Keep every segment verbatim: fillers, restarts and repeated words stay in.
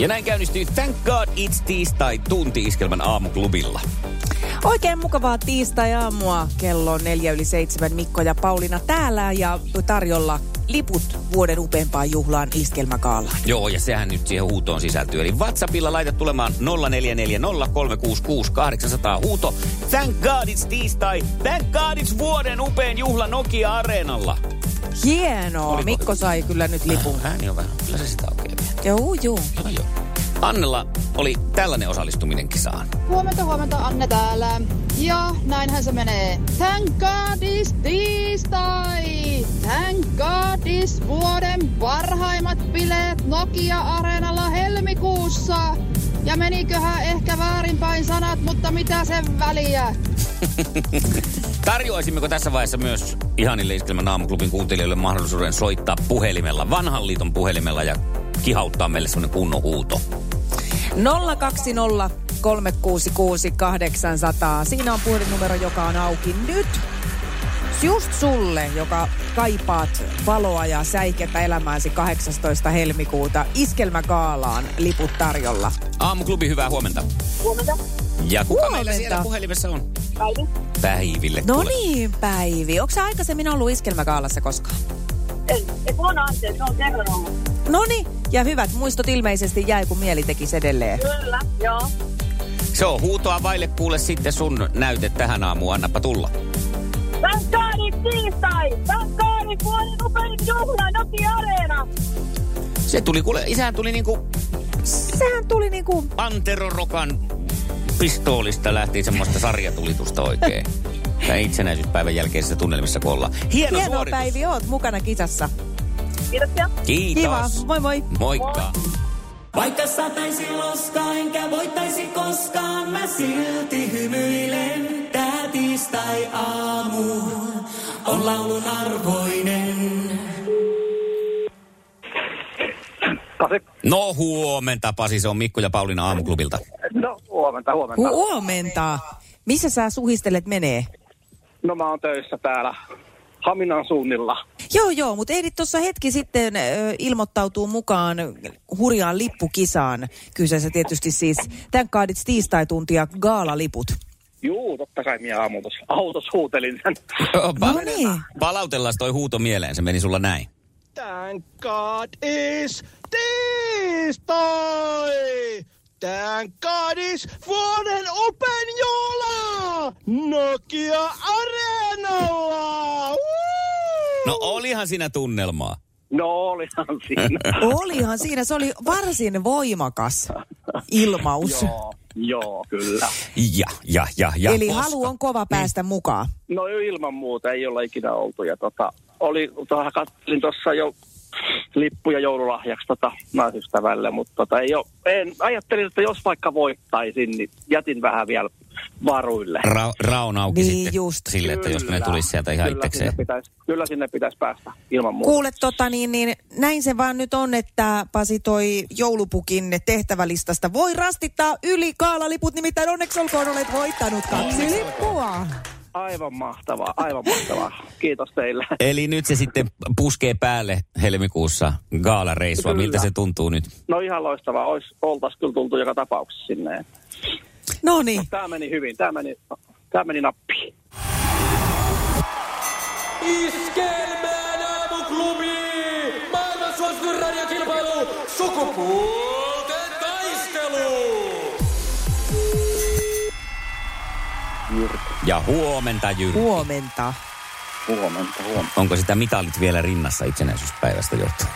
Ja näin käynnistyy Thank God It's tiistai tunti-iskelmän aamuklubilla. Oikein mukavaa tiistai-aamua. Kello on neljä yli seitsemän. Mikko ja Pauliina täällä ja tarjolla liput vuoden upeampaan juhlaan iskelmägaalaan. Joo, ja sehän nyt siihen huutoon sisältyy. Eli WhatsAppilla laita tulemaan nolla neljä neljä nolla kolme kuusi kuusi kahdeksan nolla nolla huuto. Thank God It's tiistai. Thank God It's vuoden upein juhla Nokia-areenalla. Hienoa. Oliko? Mikko sai kyllä nyt lipun. Äh, ääni on vähän. Kyllä se sitä oikein vielä. Joo, joo. Joo, joo. Annella oli tällainen osallistuminen kisaan. Huomenta, huomenta, Anne täällä. Ja näinhän se menee. Thank God is tiistai! Thank God is vuoden parhaimmat bileet Nokia-areenalla helmikuussa. Ja meniköhän ehkä väärinpäin sanat, mutta mitä sen väliä? Tarjoaisimmeko tässä vaiheessa myös ihanille Iskelmän aamuklubin kuuntelijoille mahdollisuuden soittaa puhelimella, vanhan liiton puhelimella ja kihauttaa meille semmoinen kunnon huuto? nolla kaksi nolla kolme kuusi kuusi kahdeksan nolla nolla. Siinä on puhelinnumero, joka on auki nyt. Just sulle, joka kaipaat valoa ja säiketä elämääsi kahdeksastoista helmikuuta iskelmägaalaan liput tarjolla. Aamuklubi, hyvää huomenta. Huomenta. Ja kuka Huomenta. meillä siellä puhelimessa on? Päivi. Päiville. No kuule. niin, Päivi. Onko sä aikaisemmin ollut iskelmägaalassa koskaan? Ei, ei kun on anteeksi, se on kerran ollut. Noniin, ja hyvät muistot ilmeisesti jäi, kun mieli tekisi edelleen. Kyllä, joo. Se on huutoa vaille, kuule sitten sun näyte tähän aamuun. Annappa tulla. Thank God it's tiistai! Thank God it's vuoden upein juhla Nokia-areena! Se tuli, kuule, isään tuli niinku Sehän tuli niinku... Antero Rokan pistoolista lähti semmoista sarjatulitusta oikein. Ja itsenäisyyspäivän jälkeisessä tunnelmissa kun ollaan. Hieno, Hienoa, suoritus. Päivi, oot mukana kisassa. Kiitoksia. Kiitos. Kiva, moi moi. Moikka. Vaikka sataisi loskaa, enkä voittaisi koskaan, mä silti hymyilen. Tää tiistai-aamu on laulun arvoinen. Pasi. No huomenta, Pasi. Se on Mikko ja Pauliina aamuklubilta. No huomenta, huomenta. Hu- huomenta. Missä sä suhistelet menee? No mä oon töissä täällä Haminan suunnilla. Joo, joo, mutta ehdit tuossa hetki sitten ö, ilmoittautuu mukaan hurjaan lippukisaan. Kyseessä tietysti siis Thank God It's tiistai-tuntia gaalaliput. Juu, totta kai minä aamutos autos huutelin sen. No niin. Palautellaan toi huuto mieleen. Se meni sulla näin. Thank God is tiistai! Thank God is vuoden upein juhla! Nokia-areenalla! Woo! No olihan siinä tunnelmaa. No olihan siinä. Olihan siinä, se oli varsin voimakas ilmaus. Joo, joo, kyllä. Ja, ja, ja, ja. Eli koska? halu on kova päästä mukaan. No ilman muuta ei olla ikinä oltu. Ja tota, oli, tota, katselin tuossa jo lippuja joululahjaksi tota, naisystävälle, mutta tota, ei ole, en, ajattelin, että jos vaikka voittaisin, niin jätin vähän vielä varuille. Ra- raun auki Niin sitten just. sille, että jos ne Kyllä. tulisi sieltä ihan kyllä itsekseen. Sinne pitäisi, kyllä sinne pitäisi päästä ilman muuta. Kuule, tota, niin, niin, näin se vaan nyt on, että Pasi toi joulupukin tehtävälistasta voi rastittaa yli gaalaliput, nimittäin onneksi olkoon olet voittanut kaksi lippua. Aivan mahtavaa, aivan mahtavaa. Kiitos teille. Eli nyt se sitten puskee päälle helmikuussa gaalareissua. Kyllä. Miltä se tuntuu nyt? No ihan loistavaa. Ois, oltaisiin kyllä tultu joka tapauksessa sinne. No niin. Tämä meni hyvin. Tämä meni, tämä meni nappiin. Iskelmään aamuklubi! Maailman suosituin radiokilpailu! Sukupuolten taistelu! Jyrki. Ja huomenta, Jyrki. Huomenta. Huomenta, huomenta. Onko sitä mitalit vielä rinnassa itsenäisyyspäivästä johtuen?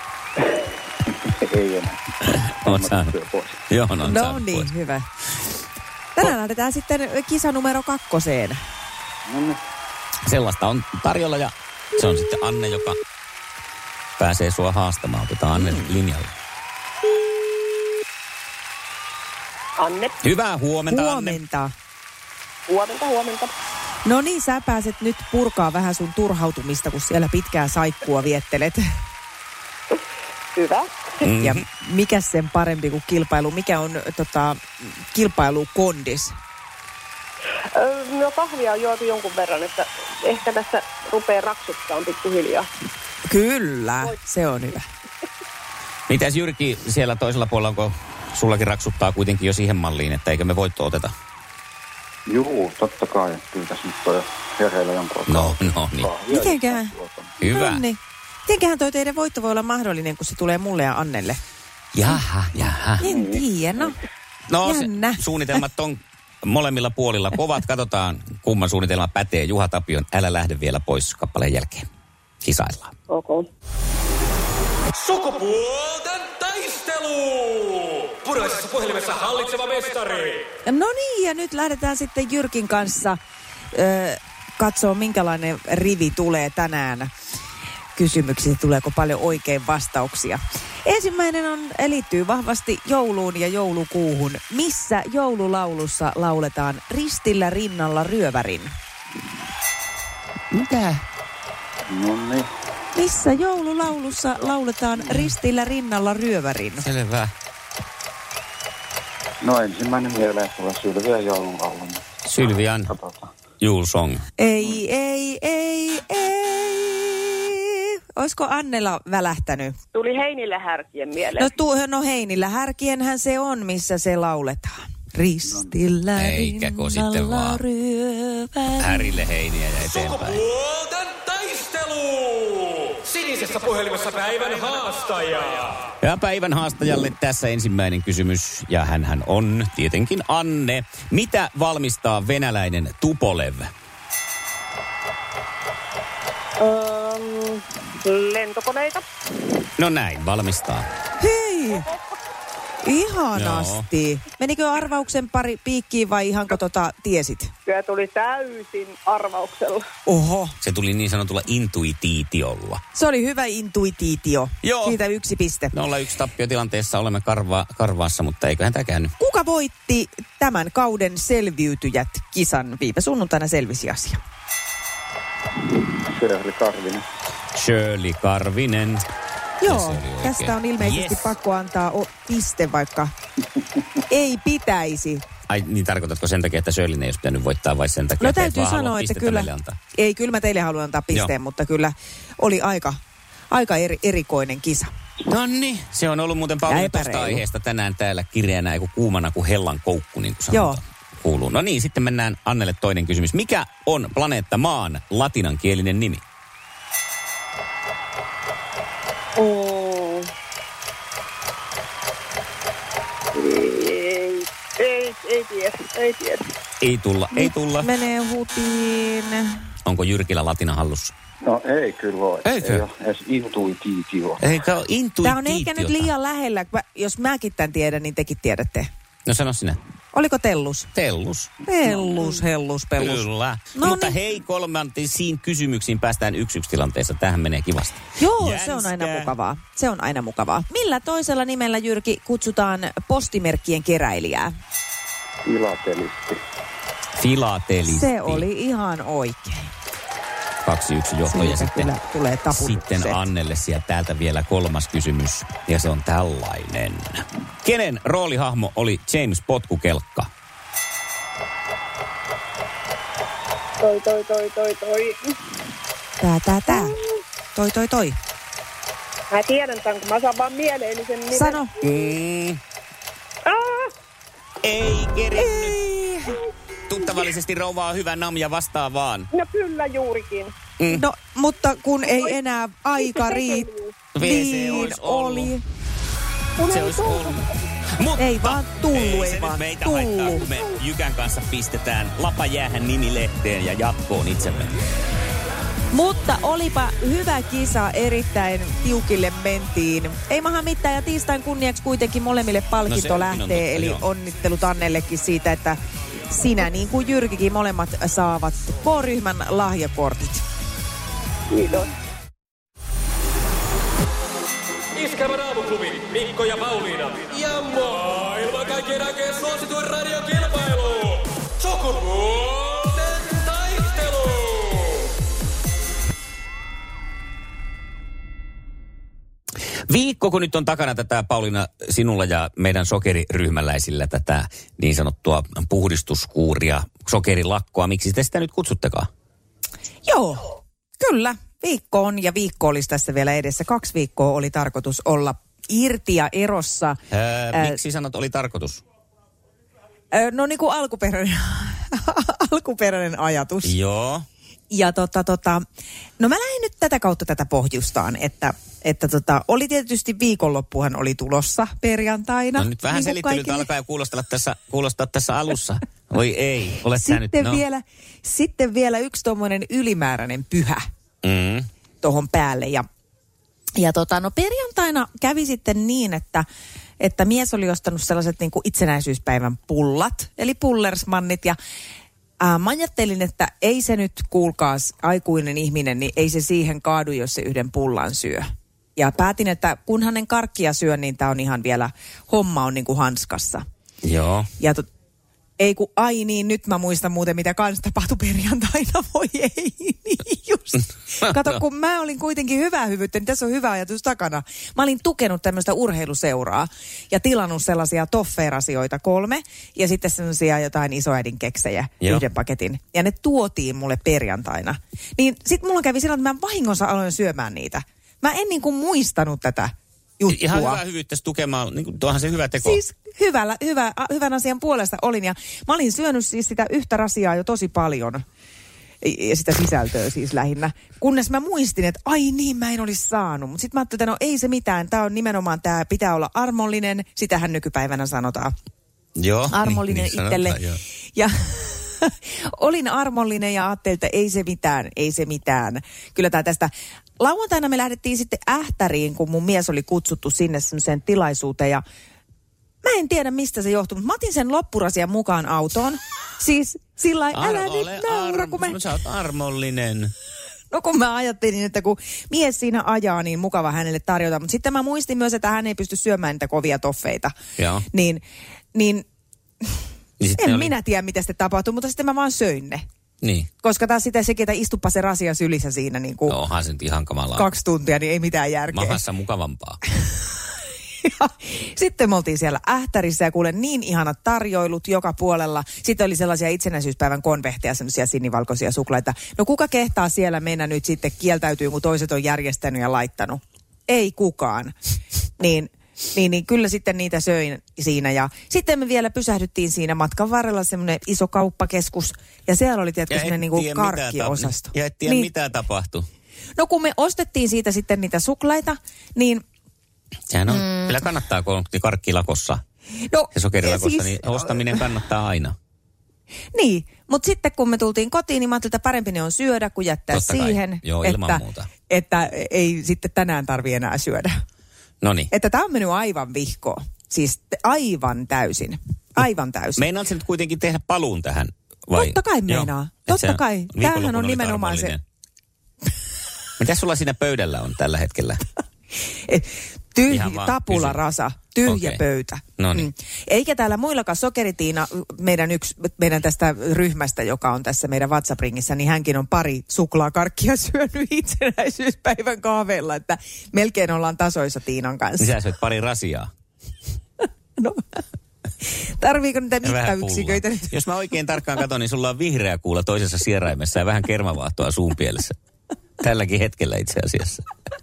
Ei enää. Oot saanut. Pois. Joo, no, No saanut niin, pois. hyvä. Tänään lähdetään sitten kisa numero kakkoseen. No niin. Sellaista on tarjolla ja se on sitten Anne, joka pääsee sua haastamaan. Otetaan Anne mm. linjalle. Anne. Hyvää huomenta, Anne. Huomenta. Huomenta, huomenta. No niin, sä pääset nyt purkaa vähän sun turhautumista, kun siellä pitkää saikkua viettelet. Hyvä. Mm-hmm. Ja mikä sen parempi kuin kilpailu? Mikä on tota, kilpailukondis? Öö, no kahvia on juotu jonkun verran, että ehkä tässä rupeaa raksuttaa pikkuhiljaa. Kyllä, se on hyvä. Mitäs Jyrki siellä toisella puolella, onko sullakin raksuttaa kuitenkin jo siihen malliin, että eikö me voitto oteta? Juu, totta kai. Kyllä tässä nyt on jo hereillä jonkun aikaa. No, no niin. Mitenköhän? Hyvä. No niin. Mitenköhän toi teidän voitto voi olla mahdollinen, kun se tulee mulle ja Annelle? Jaha, jaha. En tiedä, no. No, Jännä. se, suunnitelmat on molemmilla puolilla kovat. Katsotaan, kumman suunnitelma pätee. Juha Tapion, älä lähde vielä pois kappaleen jälkeen. Kisaillaan. Okay. Sukupuolten taistelu! Puraisessa puhelimessa hallitseva mestari. No niin, ja nyt lähdetään sitten Jyrkin kanssa ö, katsoa, minkälainen rivi tulee tänään. Kysymyksiä, tuleeko paljon oikein vastauksia. Ensimmäinen on, liittyy vahvasti jouluun ja joulukuuhun. Missä joululaulussa lauletaan ristillä rinnalla ryövärin? Mitä? No niin. Missä joululaulussa lauletaan ristillä rinnalla ryövärin? Selvä. No ensimmäinen mieleen tulee Sylvian joululaulu. Sylvian Jule Song. Ei, ei, ei, ei. Olisiko Annella välähtänyt? Tuli Heinillä härkien mieleen. No, tu, no Heinillä härkienhän se on, missä se lauletaan. Ristillä Eikäkö sitten vaan ryövärin. Härille heiniä ja eteenpäin. Sukupuolten taistelu! Sinisessä puhelimessa päivän haastaja. Ja päivän haastajalle tässä ensimmäinen kysymys, ja hänhän on tietenkin Anne. Mitä valmistaa venäläinen Tupolev? Öm, lentokoneita. No näin, valmistaa. Hei! Ihanasti. Joo. Menikö arvauksen pari piikkiin vai ihanko tota tiesit? Kyllä tuli täysin arvauksella. Oho. Se tuli niin sanotulla intuitiitiolla. Se oli hyvä intuitiitio. Joo. Siitä yksi piste. nolla yksi tappiotilanteessa olemme karva, karvaassa, mutta eiköhän tämä käynyt. Kuka voitti tämän kauden selviytyjät kisan? Viime sunnuntaina selvisi asia. Shirley Karvinen. Shirley Karvinen. Joo, tästä on ilmeisesti yes. pakko antaa o- piste, vaikka ei pitäisi. Ai niin, tarkoitatko sen takia, että Shirley ei olisi pitänyt voittaa vai sen takia, no, että täytyy et vaan sanoa, että kyllä, ei, kyllä mä teille haluan antaa pisteen, Joo. mutta kyllä oli aika, aika eri, erikoinen kisa. No niin, se on ollut muuten paljon tästä aiheesta tänään täällä kirjeenä, kun kuumana kuin hellan koukku, niin kuin sanotaan. Joo. Kuuluu. No niin, sitten mennään Annelle toinen kysymys. Mikä on planeetta Maan latinankielinen nimi? Oh. Ei, ei, ei tiedä, ei tiedä. Ei tulla, ei tulla. Menee hutiin. Onko Jyrkillä latina hallussa? No ei kyllä voi. Eikö? Ei ole edes intuitiitio. Eikä ole intuitiitiota. Tämä on ehkä nyt liian lähellä. Jos mäkin tämän tiedän, niin tekin tiedätte. No sano sinä. Oliko Tellus? Tellus. Tellus, hellus, pellus. Kyllä. No Mutta niin. hei, kolmantiin kysymyksiin päästään yksi yksi tilanteessa. Tähän menee kivasti. Joo, Jänskä. se on aina mukavaa. Se on aina mukavaa. Millä toisella nimellä, Jyrki, kutsutaan postimerkkien keräilijää? Filatelisti. Filatelisti. Se oli ihan oikein. Kaksi yksi johto ja sitten, tulee sitten Annelle sieltä täältä vielä kolmas kysymys. Ja se on tällainen. Kenen roolihahmo oli James Potkukelkka? Toi, toi, toi, toi, toi. Tää, tää, tää. Toi, toi, toi. Mä tiedän tämän, kun mä saan vaan mieleeni sen nimen. Sano. Mm. Ah! Ei kerinnyt. Ei. Tuttavallisesti rouvaa hyvä namja vastaa vaan. No kyllä juurikin. Mm. No, mutta kun ei enää aika riitä. Niin oli. Se olisi ollut. Mutta ei vaan tullut, ei, ei se vaan meitä tullut. haittaa, kun me Jykän kanssa pistetään lapajäähän nimilehteen ja jatkoon itsemme. Mutta olipa hyvä kisa, erittäin tiukille mentiin. Ei maha mitään ja tiistain kunniaksi kuitenkin molemmille palkinto no lähtee. Totta, eli joo. Onnittelut Annellekin siitä, että sinä niin kuin Jyrkikin molemmat saavat K-ryhmän lahjakortit. Kiitos. Iskävän aamuklubi, Mikko ja Pauliina. Ja maailman kaikkien aikeen suosituen radiokilpailu. Sukupuolten taistelu. Viikko, kun nyt on takana tätä, Pauliina, sinulla ja meidän sokeriryhmäläisillä tätä niin sanottua puhdistuskuuria, sokerilakkoa. Miksi te sitä nyt kutsuttekaan? Joo, kyllä. Viikko on ja viikko olisi tässä vielä edessä. Kaksi viikkoa oli tarkoitus olla irti ja erossa. Öö, Ää, miksi sanot, oli tarkoitus? Ää, no niin kuin alkuperäinen, alkuperäinen ajatus. Joo. Ja tota, tota, no mä lähdin nyt tätä kautta tätä pohjustaan, että, että tota, oli tietysti viikonloppuhan oli tulossa perjantaina. No nyt vähän niin selittelyt kaikille. alkaa jo kuulostella tässä, kuulostaa tässä alussa. Oi ei, olet sä nyt, Sitten, no. vielä, sitten vielä yksi tommonen ylimääräinen pyhä Mm. tohon päälle. Ja, ja tota, no perjantaina kävi sitten niin, että, että mies oli ostanut sellaiset niin kuin itsenäisyyspäivän pullat, eli pullersmannit. Ja ää, mä ajattelin, että ei se nyt, kuulkaas, aikuinen ihminen, niin ei se siihen kaadu, jos se yhden pullan syö. Ja päätin, että kun hänen karkkia syö, niin tää on ihan vielä, homma on niin kuin hanskassa. Joo. Ja to, ei kun, ai niin, nyt mä muistan muuten, mitä kans tapahtui perjantaina. Voi ei, niin just. Kato, kun mä olin kuitenkin hyvää hyvyyttä, niin tässä on hyvä ajatus takana. Mä olin tukenut tämmöistä urheiluseuraa ja tilannut sellaisia toffeerasioita kolme ja sitten sellaisia jotain isoäidin keksejä, Joo. yhden paketin. Ja ne tuotiin mulle perjantaina. Niin sit mulla kävi sillä, että mä vahingossa aloin syömään niitä. Mä en niin kuin muistanut tätä juttua. Ihan hyvää hyvyyttä tukemaan, niin kuin, tuohan se hyvä teko. Siis hyvällä, hyvä, hyvän asian puolesta olin ja mä olin syönyt siis sitä yhtä rasiaa jo tosi paljon. Ja sitä sisältöä siis lähinnä. Kunnes mä muistin, että ai niin, mä en olisi saanut. Mutta sitten mä ajattelin, että no ei se mitään. Tää on nimenomaan, tää pitää olla armollinen. Sitähän nykypäivänä sanotaan. Joo. Armollinen niin, niin itselle. sanotaan, joo. Ja olin armollinen ja ajattelin, että ei se mitään, ei se mitään. Kyllä tää tästä. Lauantaina me lähdettiin sitten Ähtäriin, kun mun mies oli kutsuttu sinne semmoiseen tilaisuuteen ja mä en tiedä, mistä se johtuu, mutta mä otin sen loppurasian mukaan autoon. Siis sillä lailla, älä Ar- nyt naura, kun me... Sä oot armollinen. No kun mä ajattelin, että kun mies siinä ajaa, niin mukava hänelle tarjota. Mutta sitten mä muistin myös, että hän ei pysty syömään niitä kovia toffeita. Joo. Niin, niin, niin en oli... minä tiedä, mitä sitten tapahtui, mutta sitten mä vaan söin ne. Niin. Koska taas sitä sekin, että istupa se rasia sylissä siinä niin kuin No onhan se nyt ihan kamalaa. kaksi tuntia, niin ei mitään järkeä. Mahassa mukavampaa. Ja sitten me oltiin siellä Ähtärissä ja kuulen niin ihanat tarjoilut joka puolella. Sitten oli sellaisia itsenäisyyspäivän konvehteja, sellaisia sinivalkoisia suklaita. No kuka kehtaa siellä mennä nyt sitten kieltäytyy, kun toiset on järjestänyt ja laittanut? Ei kukaan. Niin, niin, niin kyllä sitten niitä söin siinä. Ja sitten me vielä pysähdyttiin siinä matkan varrella semmoinen iso kauppakeskus. Ja siellä oli tietysti semmoinen niin kuin karkkiosasto. Ja et tiedä, niin, mitä tapahtui. no kun me ostettiin siitä sitten niitä suklaita, niin... Sehän on, Mm. kyllä kannattaa, kun on karkkilakossa No, ja sokerilakossa, siis- niin ostaminen kannattaa aina. Niin, mutta sitten kun me tultiin kotiin, niin mä ajattelin, että parempi ne on syödä kuin jättää Totta kai. siihen, Joo, ilman että, muuta. että ei sitten tänään tarvi enää syödä. Noniin. Että tämä on mennyt aivan vihkoon. Siis t- aivan täysin. Aivan täysin. Meinaat sä nyt kuitenkin tehdä paluun tähän? Vai? Totta kai Joo. meinaa. Et Totta sä kai. viikonlopun Tämähän on olit nimenomaan se... armollinen. Mitä sulla siinä pöydällä on tällä hetkellä? Et, tyhjä, Ihan vaan tapula kysyn. rasa, tyhjä Okei. pöytä. Noniin. Eikä täällä muillakaan Sokeritiina, meidän yksi, meidän tästä ryhmästä, joka on tässä meidän WhatsApp-ringissä, niin hänkin on pari suklaakarkkia syönyt itsenäisyyspäivän kahveilla, että melkein ollaan tasoissa Tiinan kanssa. Niin sä syöt pari rasiaa. No, tarviiko niitä Ja vähän mittayksiköitä pullaa. nyt? Jos mä oikein tarkkaan katson, niin sulla on vihreä kuula toisessa sieraimessa ja vähän kermavaahtoa suun pielessä. Tälläkin hetkellä itse asiassa.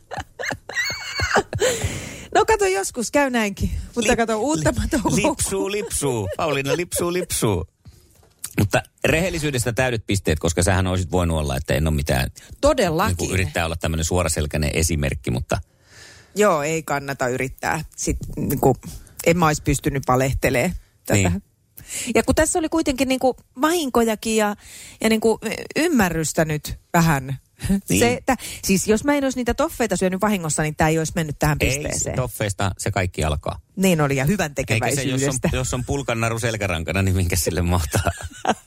No kato, joskus käy näinkin. Mutta Lip- kato, uutta li- Lipsuu, lipsuu. Pauliina, lipsuu, lipsuu. Mutta rehellisyydestä täydet pisteet, koska sähän olisit voinut olla, että en ole mitään... Todellakin. Niin yrittää olla tämmöinen suoraselkäinen esimerkki, mutta... Joo, ei kannata yrittää. Sitten niin kuin, en mä olisi pystynyt valehtelemaan tätä. Niin. Ja kun tässä oli kuitenkin niin kuin vahinkojakin ja, ja niin kuin ymmärrystä nyt vähän. Niin. Se, että, siis jos mä en olisi niitä toffeita syönyt vahingossa, niin tämä ei olisi mennyt tähän Ei, pisteeseen. toffeista se kaikki alkaa. Niin oli ja hyvän Eikä se, jos on, tekeväisyydestä. jos on pulkannaru selkärankana, niin minkä sille mahtaa?